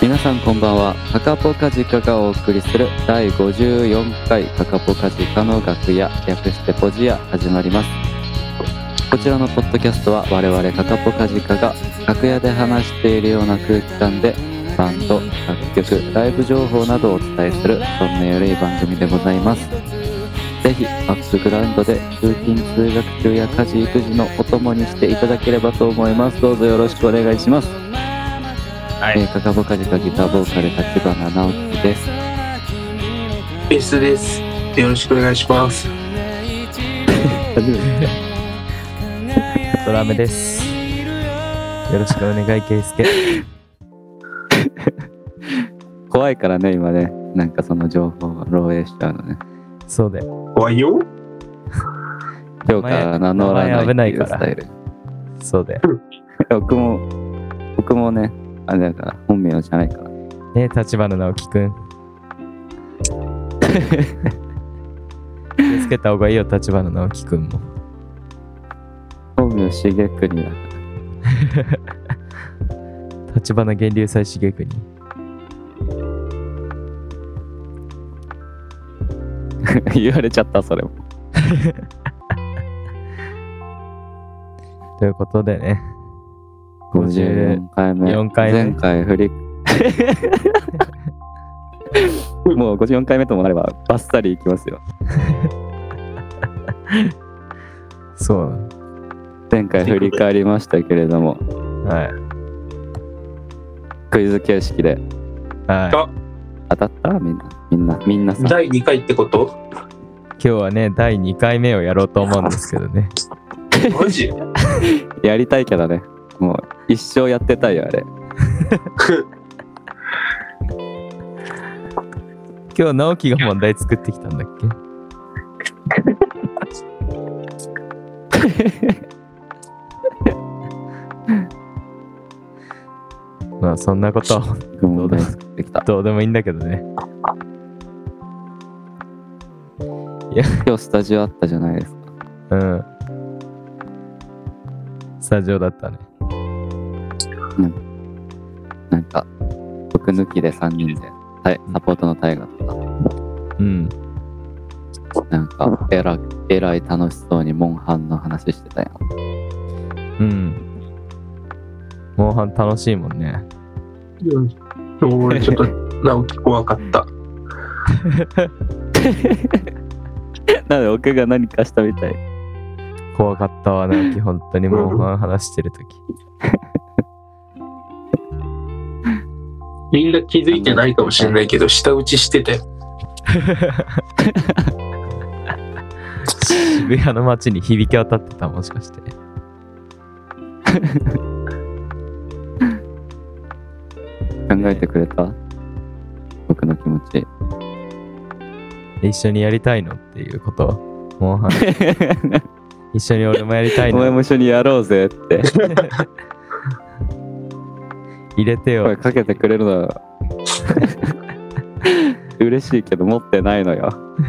皆さんこんばんは。カカポカジカがお送りする第54回カカポカジカの楽屋、略してポジ屋始まります。こちらのポッドキャストは我々カカポカジカが楽屋で話しているような空気感でバンド、楽曲、ライブ情報などをお伝えするそんなゆるい番組でございます。ぜひバックグラウンドで通勤通学中や家事育児のお供にしていただければと思います。どうぞよろしくお願いします。カカボカジカギターボーカル立花直樹です。 ベースです。よろしくお願いします。 ドラムです。よろしくお願いケイスケ。 怖いからね今ね、なんかその情報を漏洩しちゃうのね。 そうだよ。 怖いよ。 今日から名乗らないっていうスタイル。 そうだよ。 僕もね、あれだから本名じゃないからね。立花直樹くん気をつけた方がいいよ。立花直樹くんも本名重国だ立花源流祭重国言われちゃったそれもということでね、 54回目。 4回目前回振りもう54回目ともあればバッサリいきますよ。 そう前回振り返りましたけれども、 はい、 クイズ形式で、 はい、 当たったみんなさ。 第2回ってこと？ 今日はね第2回目をやろうと思うんですけどね。 マジ？ やりたいけどね、もう一生やってたいよあれ。 今日直樹が問題作ってきたんだっけ？まあそんなことどうでもいいんだけどね。いや今日スタジオあったじゃないですか。 うん、スタジオだったね。 なんか僕抜きで3人でサポートのタイガとか、 うん、 なんかえらい楽しそうにモンハンの話してたよ。 うん、モンハン楽しいもんね。 俺ちょっと直樹怖かった。 なんで僕が何かしたみたい。 怖かったわ直樹、本当にモンハン話してるとき。 みんな気づいてないかもしれないけど舌打ちしてて。 渋谷の街に響き渡ってた、もしかして。 考えてくれた？僕の気持ち。 一緒にやりたいのっていうこと？モンハン。一緒に俺もやりたいの。 お前も一緒にやろうぜって。 入れてよ。 声かけてくれるのは嬉しいけど持ってないのよ。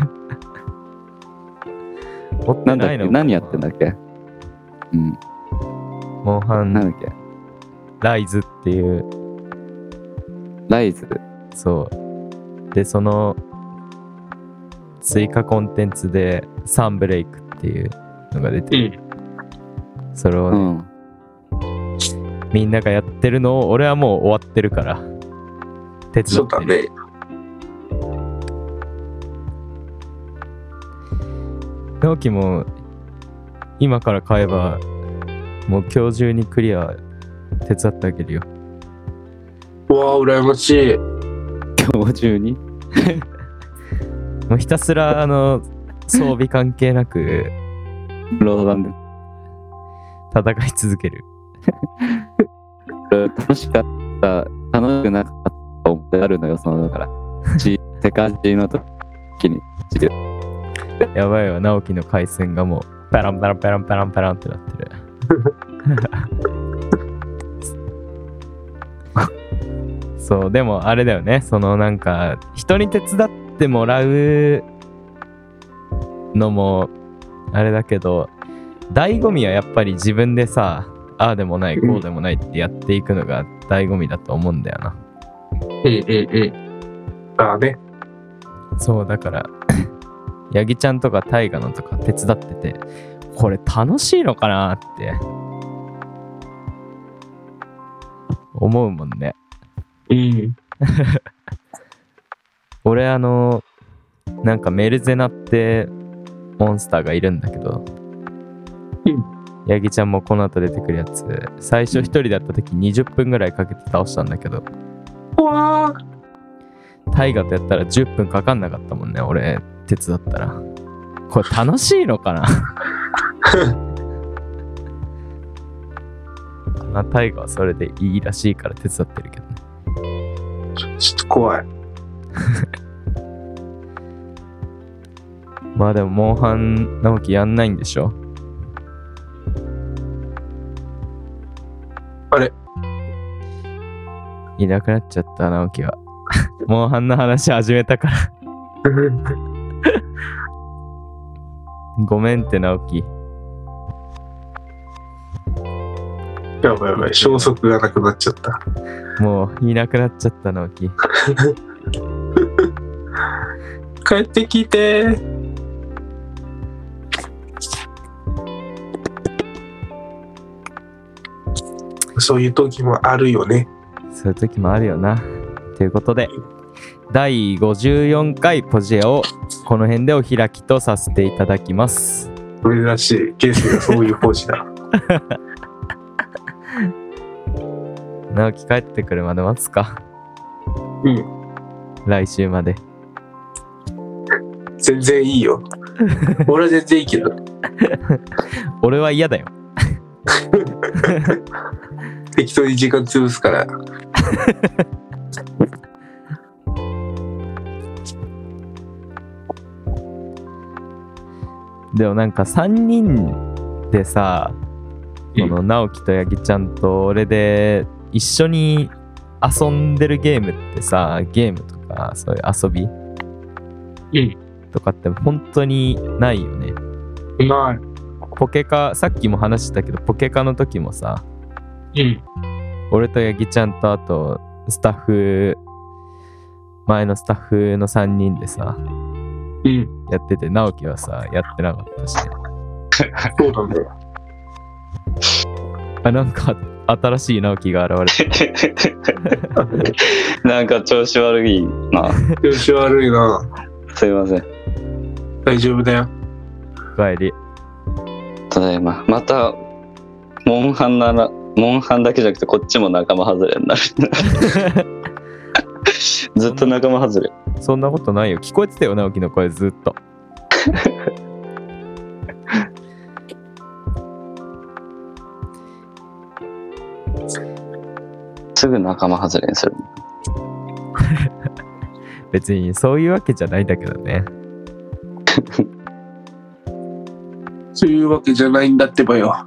持ってないの？ 何やってんだっけ？うん。 モンハン。 なんだっけ？ ライズっていう。 ライズ？ そう。で、その追加コンテンツでサンブレイクっていうのが出てる。それをね、みんながやってるのを俺はもう終わってるから手伝ってる。 そうだね。 直樹も今から買えばもう今日中にクリア手伝ってあげるよ。 うわー羨ましい。 今日中にもうひたすら装備関係なくローダンで戦い続ける。 楽しかった、楽しくなかった思いあるのよ、そのだから世界中の時にやばいわ、直樹の回線がもうペランペランペランペランペランってなってる。そう、でもあれだよね、そのなんか人に手伝ってもらうのもあれだけど、醍醐味はやっぱり自分でさ、ああでもないこうでもないってやっていくのが醍醐味だと思うんだよな。 ああね。 そうだからヤギちゃんとかタイガのとか手伝ってて、これ楽しいのかなって思うもんね。俺なんかメルゼナってモンスターがいるんだけど、ヤギちゃんもこの後出てくるやつ、最初一人だった時20分ぐらいかけて倒したんだけど、タイガとやったら10分かかんなかったもんね、俺手伝ったら。これ楽しいのかなタイガはそれでいいらしいから手伝ってるけどね。 ちょっと怖い。 まあでもモンハン直樹やんないんでしょ。 あれいなくなっちゃった直樹は。モンハンの話始めたからごめんって直樹。 やばいやばい、消息がなくなっちゃった。 もういなくなっちゃった直樹。 帰ってきて。そういう時もあるよね。 そういう時もあるよな。ということで第54回ポジエをこの辺でお開きとさせていただきます。 珍しいケースがそういうポジだ。 直樹帰ってくるまで待つか。来週まで。 全然いいよ。俺は全然いいけど。 俺は嫌だよ。 適当に時間潰すから。 でもなんか3人でさ、この直樹とヤギちゃんと俺で一緒に遊んでるゲームってさ、ゲームとかそういう遊び、とかって本当にないよね。 ない。 ポケカ、さっきも話したけどポケカの時もさ、俺とヤギちゃんとあとスタッフ、前のスタッフの3人でさ、やってて、直樹はさやってなかったしね。 そうなんだよ。 あ、なんか新しい直樹が現れてなんか調子悪いな。 調子悪いな。 すいません。 大丈夫だよ。 帰り。 ただいま。またモンハンだけじゃなくてこっちも仲間外れになる。ずっと仲間外れ。 そんなことないよ。聞こえてたよ直樹の声ずっと。 すぐ仲間外れにする。 別にそういうわけじゃないんだけどね。 そういうわけじゃないんだってばよ。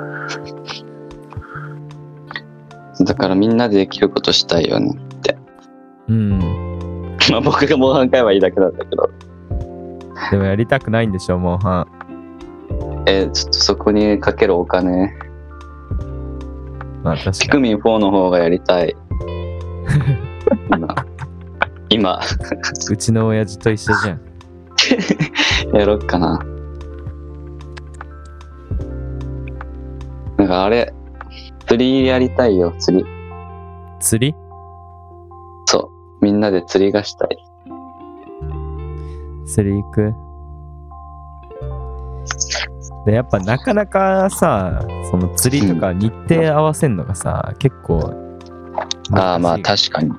だからみんなでできることしたいよねって。まあ僕がモンハン会はいいだけなんだけど。 でもやりたくないんでしょモンハン。 ちょっとそこにかけるお金。 まあ確かに。 ピクミン4の方がやりたい。今うちの親父と一緒じゃん。 やろっかな。なんかあれ釣りやりたいよ。釣りそう、みんなで釣りがしたい。 釣り行く。でやっぱなかなかさ、その釣りとか日程合わせんのがさ、結構ああ、まあ確かに。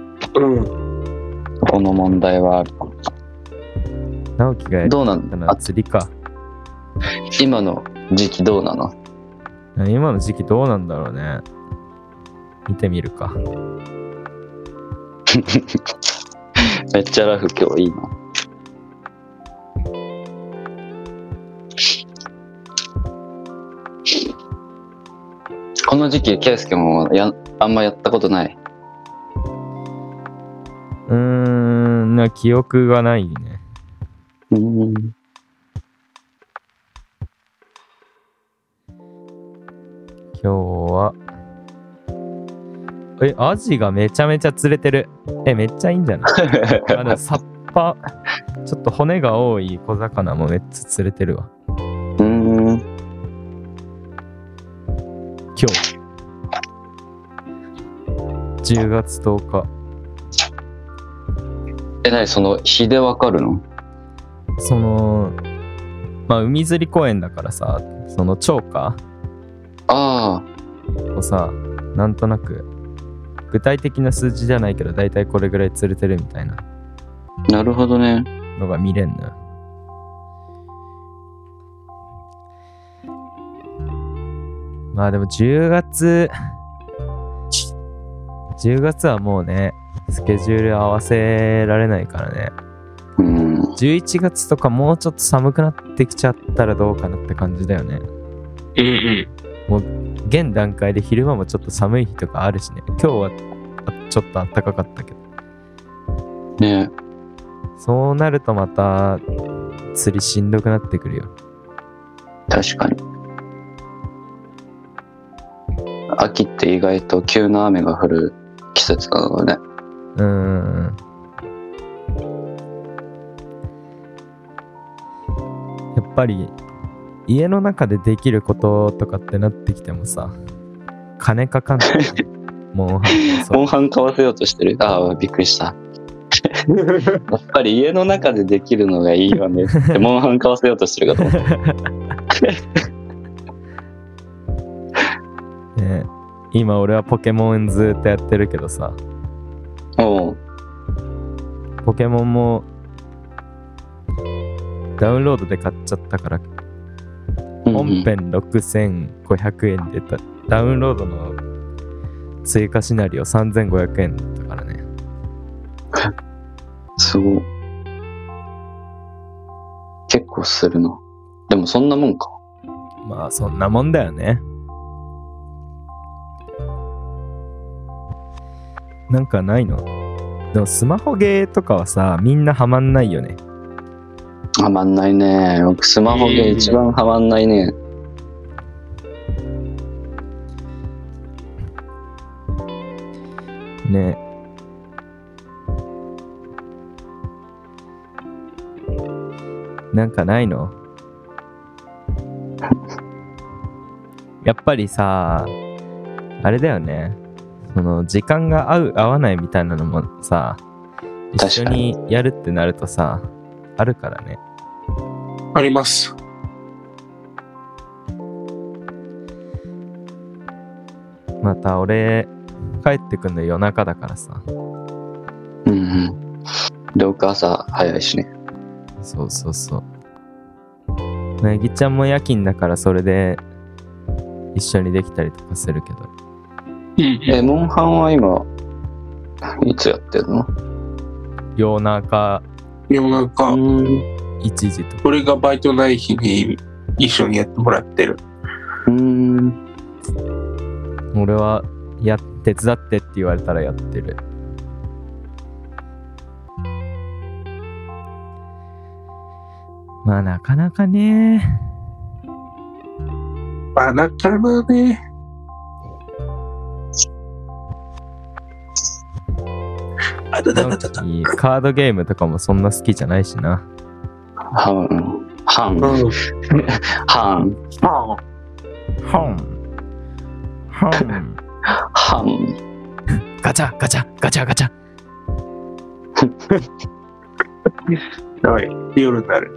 この問題はあるかも。 直樹がやりたかったのは釣りか。 今の時期どうなの？ 今の時期どうなんだろうね。見てみるか。 めっちゃラフ今日いいな。この時期ケイスケもあんまやったことない。 記憶がないね。今日はアジがめちゃめちゃ釣れてる。めっちゃいいんじゃないでもサッパ、ちょっと骨が多い小魚もめっちゃ釣れてるわ。 今日10月10日。 何その日でわかるの？ 海釣り公園だからさ、その釣果をさ、なんとなく具体的な数字じゃないけどだいたいこれぐらい釣れてるみたいな。 なるほどね。 のが見れんのよ。まあでも10月はもうね、スケジュール合わせられないからね。11月とかもうちょっと寒くなってきちゃったらどうかなって感じだよね。もう現段階で昼間もちょっと寒い日とかあるしね。今日はちょっと暖かかったけどね。 そうなるとまた釣りしんどくなってくるよ。 確かに。秋って意外と急な雨が降る季節なのね。 やっぱり家の中でできることとかってなってきてもさ、金かかんない。モンハン買わせようとしてる。びっくりした。やっぱり家の中でできるのがいいよねってモンハン買わせようとしてるかと思った。 ね、今俺はポケモンずっとやってるけどさ。ポケモンもダウンロードで買っちゃったから、本編6500円でダウンロードの追加シナリオ3500円だったからね。 すごい。結構するな。でもそんなもんか。 まあそんなもんだよね。なんかないの？でもスマホゲーとかはさ、みんなハマんないよね。 ハマんないね。僕スマホゲー一番ハマんないね。 ね。なんかないの？やっぱりさ、あれだよね。その時間が合う合わないみたいなのもさ、一緒にやるってなるとさ、あるからね。 あります。 また俺帰ってくんの夜中だからさ。 で僕朝早いしね。 そうそうそう。なぎちゃんも夜勤だからそれで一緒にできたりとかするけど。 モンハンは今いつやってんの？ 夜中1時とか。 俺がバイトない日に一緒にやってもらってる。 俺は手伝ってって言われたらやってる。まあなかなかね。カードゲームとかもそんな好きじゃないしな。ガチャガチャガチャガチャ。 はい、夜になる。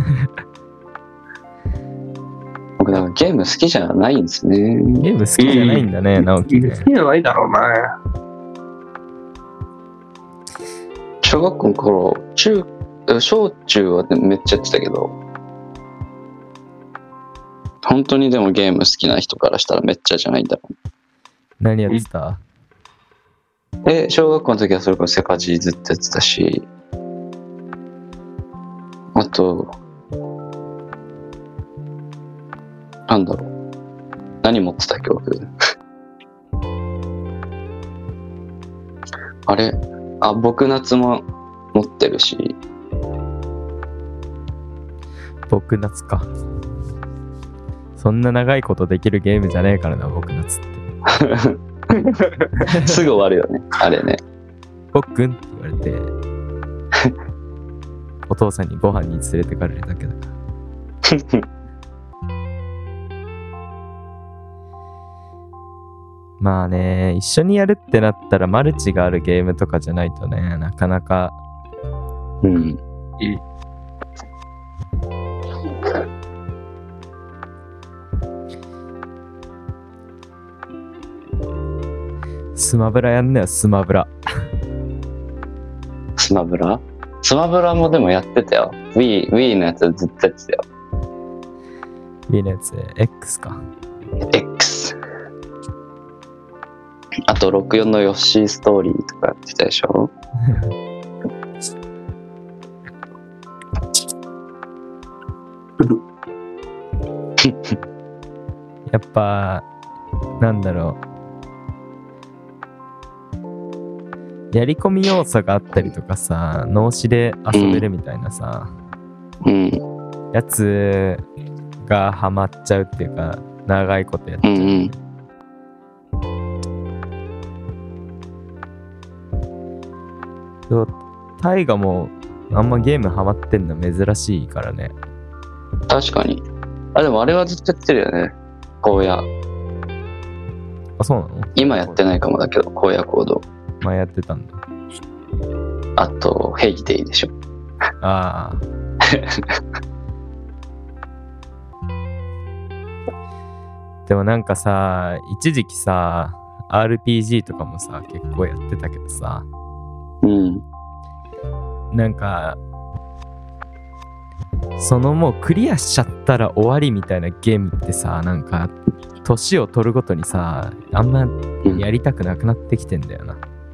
僕なんかゲーム好きじゃないんですね。 ゲーム好きじゃないんだね、直樹ね。 好きじゃないだろうな。 小学校の頃、小中はめっちゃやってたけど、本当にでもゲーム好きな人からしたらめっちゃじゃないんだろう。 何やってた？ 小学校の時はそれこそセカジーずっとやってたし、あとなんだろう、何持ってたっけ僕。あれ、僕夏も持ってるし。 僕夏か。そんな長いことできるゲームじゃねえからな、僕夏って。 すぐ終わるよね、あれね。 ごっくんって言われて、お父さんにご飯に連れてかれるだけだから。まあね、一緒にやるってなったらマルチがあるゲームとかじゃないとね、なかなか。 うん。 スマブラやんねよ、スマブラ。 スマブラもでもやってたよ。Wii のやつずっとやってたよ。 Wii のやつ、X か。 X。あと64のヨッシーストーリーとかやってたでしょ。 やっぱなんだろう、やり込み要素があったりとかさ、脳死で遊べるみたいなさ、やつがハマっちゃうっていうか、長いことやっちゃう、タイガもあんまゲームハマってんの珍しいからね。 確かに。でもあれはずっとやってるよね、荒野。 あ、そうなの？ 今やってないかもだけど、荒野行動。 前やってたんだ。 あと、ヘイデイでしょ。 ああ。でもなんかさ、一時期さ、RPG とかもさ、結構やってたけどさ、なんか、そのもうクリアしちゃったら終わりみたいなゲームってさ、なんか、年を取るごとにさ、あんまやりたくなくなってきてんだよな。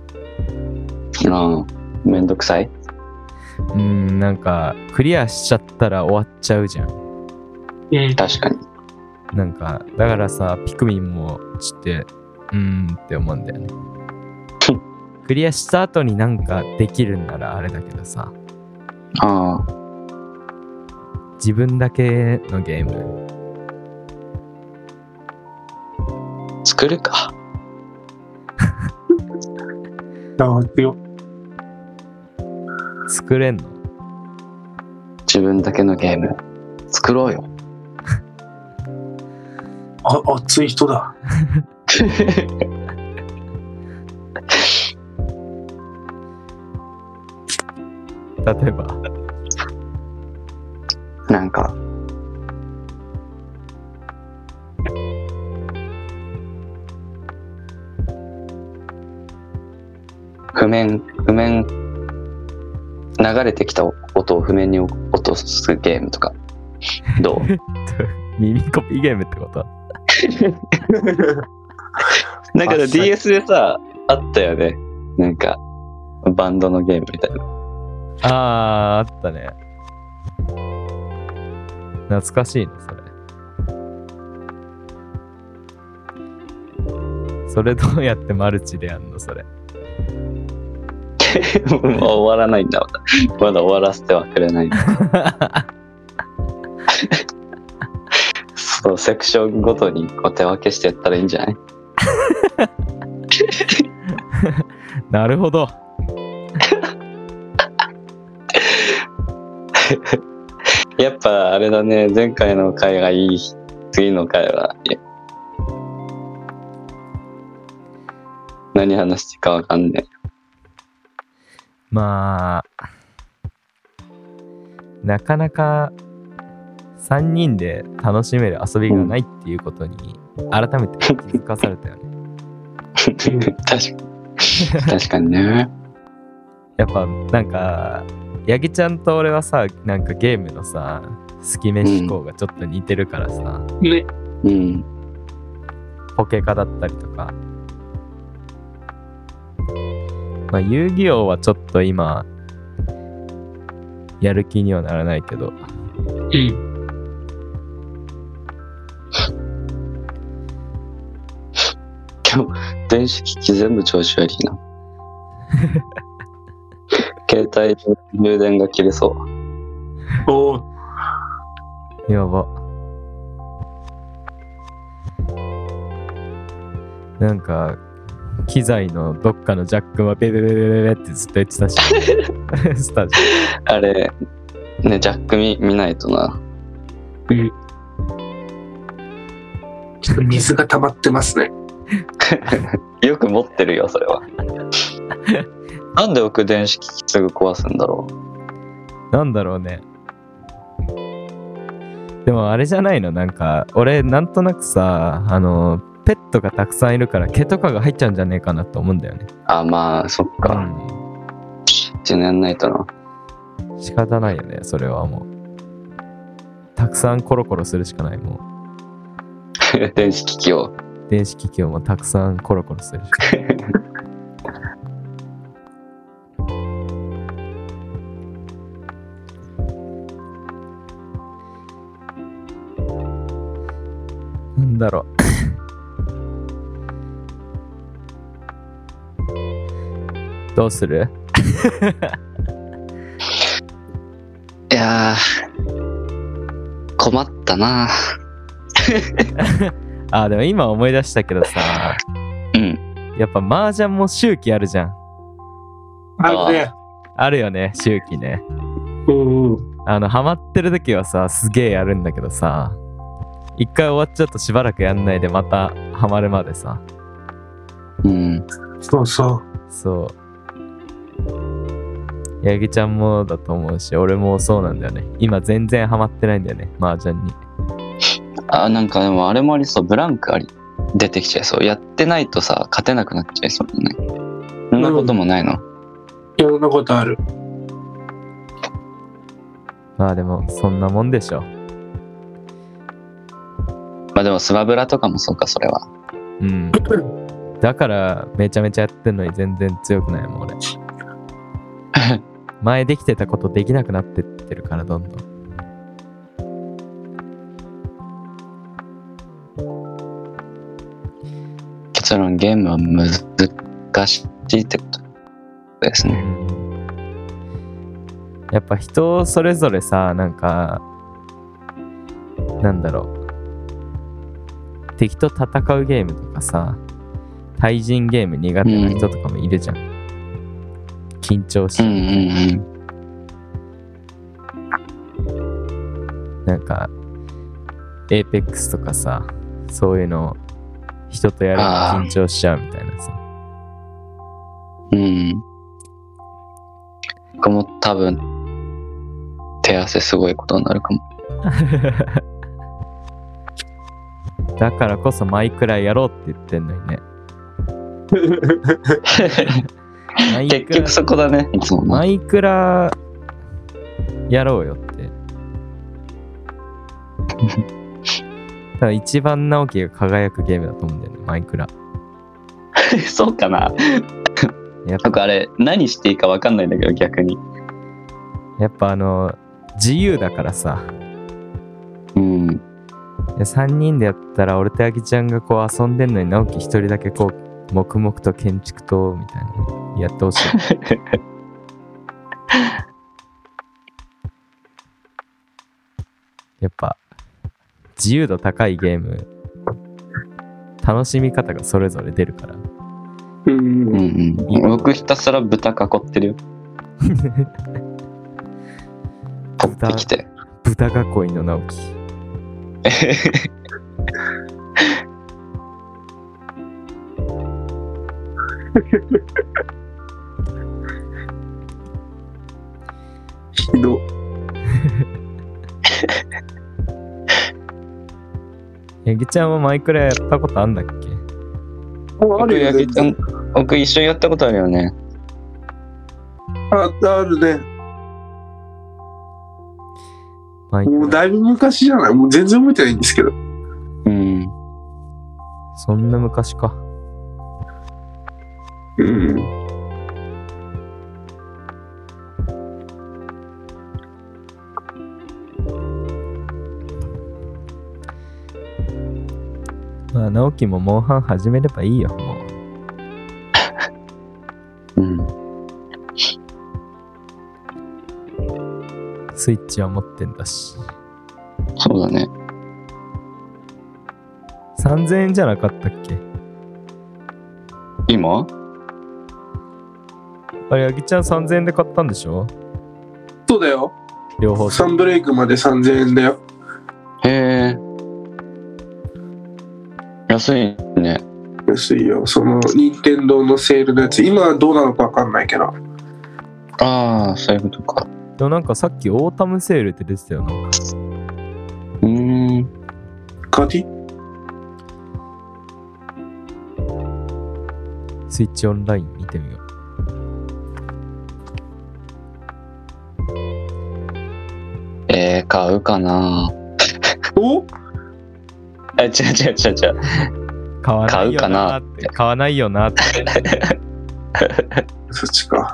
めんどくさい？ なんか、クリアしちゃったら終わっちゃうじゃん。 確かに。 なんか、だからさ、ピクミンもって思うんだよね。クリアした後になんかできるんならあれだけどさ。自分だけのゲーム。 作るか。 作れんの？ 自分だけのゲーム作ろうよ。 熱い人だ。 例えばなんか譜面流れてきた音を譜面に落とすゲームとかどう？ 耳コピーゲームってこと？ なんか DS でさあったよね、なんかバンドのゲームみたいな。 あったね。懐かしいのそれ。それどうやってマルチでやんのそれ？ もう終わらないんだ。まだ終わらせてはくれないんだ。そう、セクションごとにこう手分けしてやったらいいんじゃない？ なるほど。 やっぱあれだね、前回の回がいい。次の回は何話していいかわかんねえ。 まあなかなか3人で楽しめる遊びがないっていうことに改めて気づかされたよね。 確かにね。 やっぱなんかヤギちゃんと俺はさ、なんかゲームのさ好き飯思考がちょっと似てるからさ、ポケカだったりとか、まあ遊戯王はちょっと今やる気にはならないけど、 今日電子機器全部調子悪いな。携帯充電が切れそう。 おー、やば。なんか機材のどっかのジャックはベベベベベベってずっと言ってたしスタジオあれね、ジャック 見ないとな。 ちょっと水が溜まってますね。 よく持ってるよそれは。なんで置く電子機器すぐ壊すんだろう。なんだろうね。でもあれじゃないの、なんか俺なんとなくさ、ペットがたくさんいるから毛とかが入っちゃうんじゃねえかなと思うんだよね。 あ、まあそっか。1年やんないとな。 仕方ないよね、それはもう。たくさんコロコロするしかない、もう。電子機器をもたくさんコロコロするしかない。なんだろう。どうする？ いや困ったな。 あ、でも今思い出したけどさ、やっぱ麻雀も周期あるじゃん。 あるね。 あるよね、周期ね。ハマってる時はさ、すげえやるんだけどさ、一回終わっちゃうとしばらくやんないでまたハマるまでさ。 そうそう八木ちゃんもだと思うし、俺もそうなんだよね。今全然ハマってないんだよね、麻雀に。 なんかでもあれもありそう、ブランク出てきちゃいそう。やってないとさ、勝てなくなっちゃいそうだね。そんなこともないの？ いや、そんなことある。 まあでもそんなもんでしょ。 まあでもスマブラとかもそうか、それは。 だからめちゃめちゃやってんのに全然強くないもん俺。前できてたことできなくなってってるから、どんどん。 結論、ゲームは難しいってことですね。 やっぱ人それぞれさ、なんかなんだろう、敵と戦うゲームとかさ、対人ゲーム苦手な人とかもいるじゃん。緊張し、なんかエーペックスとかさ、そういうの人とやるの緊張しちゃうみたいなさ。 僕も多分手汗すごいことになるかも。 だからこそマイクラやろうって言ってんのにね。 結局そこだね、いつも。 マイクラやろうよって。だから一番直樹が輝くゲームだと思うんだよね、マイクラ。 そうかな。僕あれ何していいか分かんないんだけど、逆に。 やっぱ自由だからさ。3人でやったら俺とヤギちゃんがこう遊んでんのに直樹一人だけこう黙々と建築とみたいなやってほしい。やっぱ自由度高いゲーム、楽しみ方がそれぞれ出るから。 僕ひたすら豚囲ってるよ。取ってきて。 豚囲いの直樹。 ひど。 ヤギちゃんはマイクラやったことあんだっけ？ あるよね。 僕一緒にやったことあるよね。 あるね。もうだいぶ昔じゃない？もう全然覚えてないんですけど。 そんな昔か。まあ直樹もモンハン始めればいいよ、もう。スイッチは持ってんだし。 そうだね。 3000円じゃなかったっけ？ 今あれ、ヤギちゃん3000円で買ったんでしょ？ そうだよ。 両方。 サンブレイクまで3000円だよ。 へえ。安いね。 安いよ。その任天堂のセールのやつ、今はどうなのか分かんないけど。 ああ、そういうことか。 でもなんかさっきオータムセールって出てたよな。 カティ？ スイッチオンライン見てみよう。 買うかな。 お？ 違う。 買わないよなーって。 買うかなって買わないよなって。 そっちか。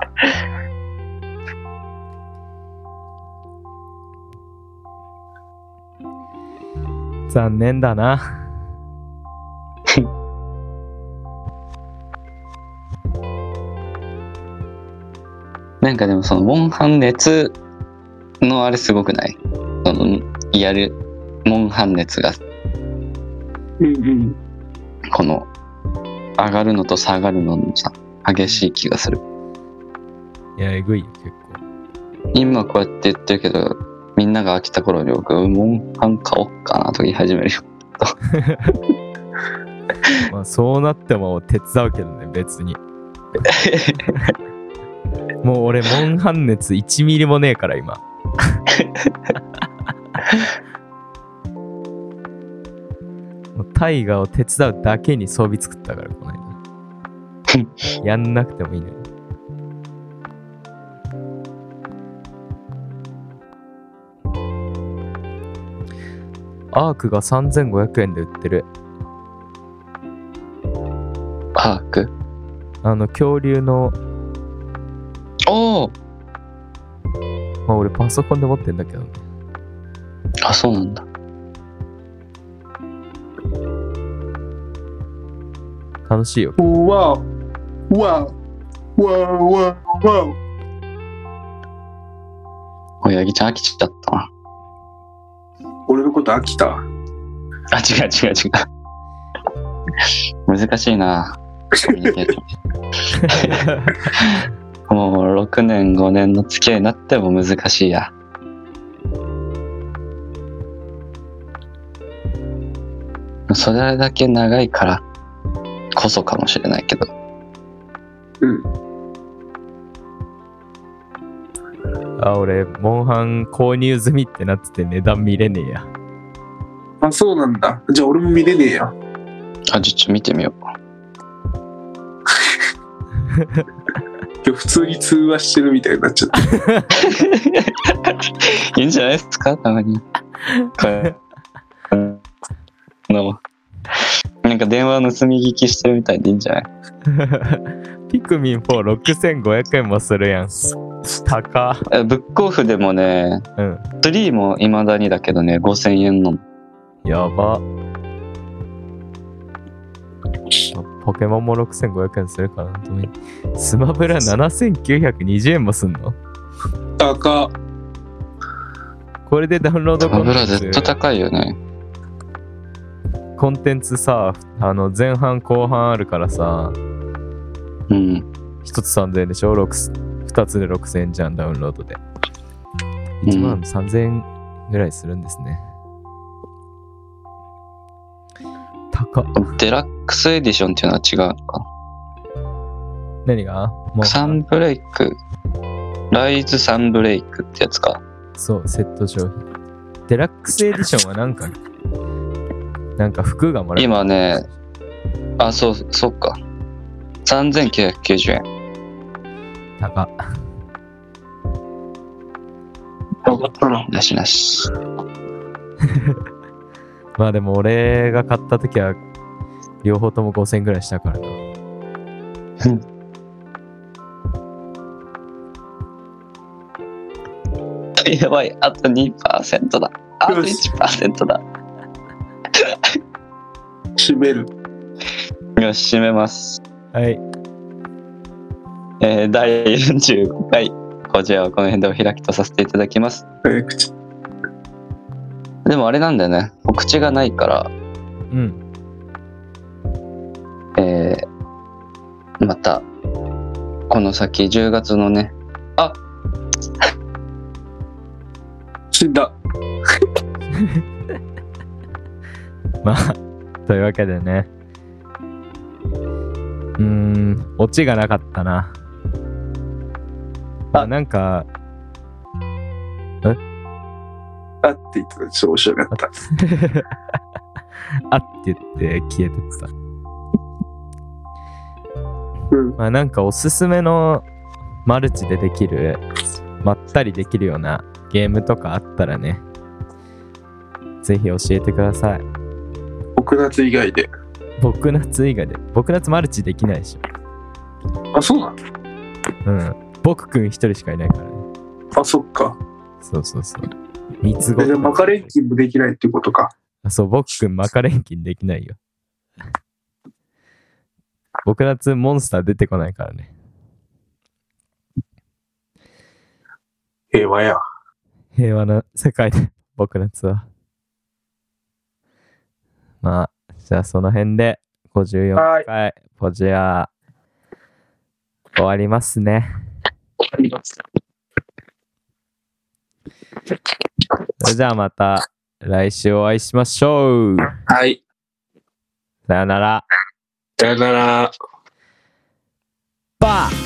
残念だな。 なんかでもそのモンハン熱のあれすごくない？そのやるモンハン熱がこの上がるのと下がるののさ激しい気がする。 いや、えぐいよ結構。 今こうやって言ってるけど、みんなが飽きた頃に僕モンハン買おっかなと言い始めるよ。 まあそうなっても手伝うけどね、別に。もう俺モンハン熱1ミリもねえから今。もうタイガを手伝うだけに装備作ったからこの間。やんなくてもいいのに。アークが3500円で売ってる。 アーク？ 恐竜の、 おお。 まあ俺パソコンで持ってんだけどね。 あ、そうなんだ。 楽しいよ。 わおわおわおわおわお。 おやぎちゃん飽きちゃったな。 俺のこと飽きた。 あ、違う。難しいな。コミュニケーション。もう6年5年の付き合いになっても難しいや。それだけ長いからこそかもしれないけど。 あ、俺モンハン購入済みってなってて値段見れねえや。 あ、そうなんだ。じゃあ俺も見れねえよ。 あ、ちょっと見てみよう。 今日普通に通話してるみたいになっちゃった。 いいんじゃないですか、たまに。これなんか電話盗み聞きしてるみたいでいいんじゃない？ ピクミン4 6500円もするやん。高。 ブックオフでもね、 うん。 3も未だにだけどね、5000円の。 やば。ポケモンも6500円するからな。スマブラ7920円もすんの？ 高っ。 これでダウンロードスマブラずっと高いよね。 コンテンツさ、前半後半あるからさ、 うん。 1つ3000円でしょ、2つで6000円じゃん、ダウンロードで。1万3000円ぐらいするんですね。高っ。 デラックスエディションっていうのは違うのかな？ 何が？もうサンブレイク、ライズサンブレイクってやつか。 そう、セット商品。デラックスエディションはなんか服がもらえる。 今ね、あ、そうか。3990円。 高っ。 なしなし。 まあでも俺が買った時は両方とも5000円ぐらいしたからな。 やばい、あと 2% だ。あと 1% だ。 閉める。 よし、閉めます。 はい。 第45回、こちらはこの辺でお開きとさせていただきます。 早口。 でもあれなんだよね、告知がないから、 うん。 またこの先10月のね、 死んだ。 まあというわけでね、オチがなかったな。なんかあって言ってた。ちょっと面白かった。 あって言って消えてった。まあなんかおすすめのマルチでできる、まったりできるようなゲームとかあったらね、ぜひ教えてください。 僕夏以外で。 僕夏以外で。僕夏マルチできないでしあ、そうなの？ 僕くん一人しかいないからね。 あ、そっか。 そうそうそう。三つ子。 じゃあマカレンキンもできないってことか。 そう、僕くんマカレンキンできないよ。僕夏モンスター出てこないからね。 平和や。 平和な世界で、僕夏は。まあ、じゃあその辺で54回ポジア終わりますね。 終わります。 それじゃあまた来週お会いしましょう。 はい。 さよなら。 さよなら。 バー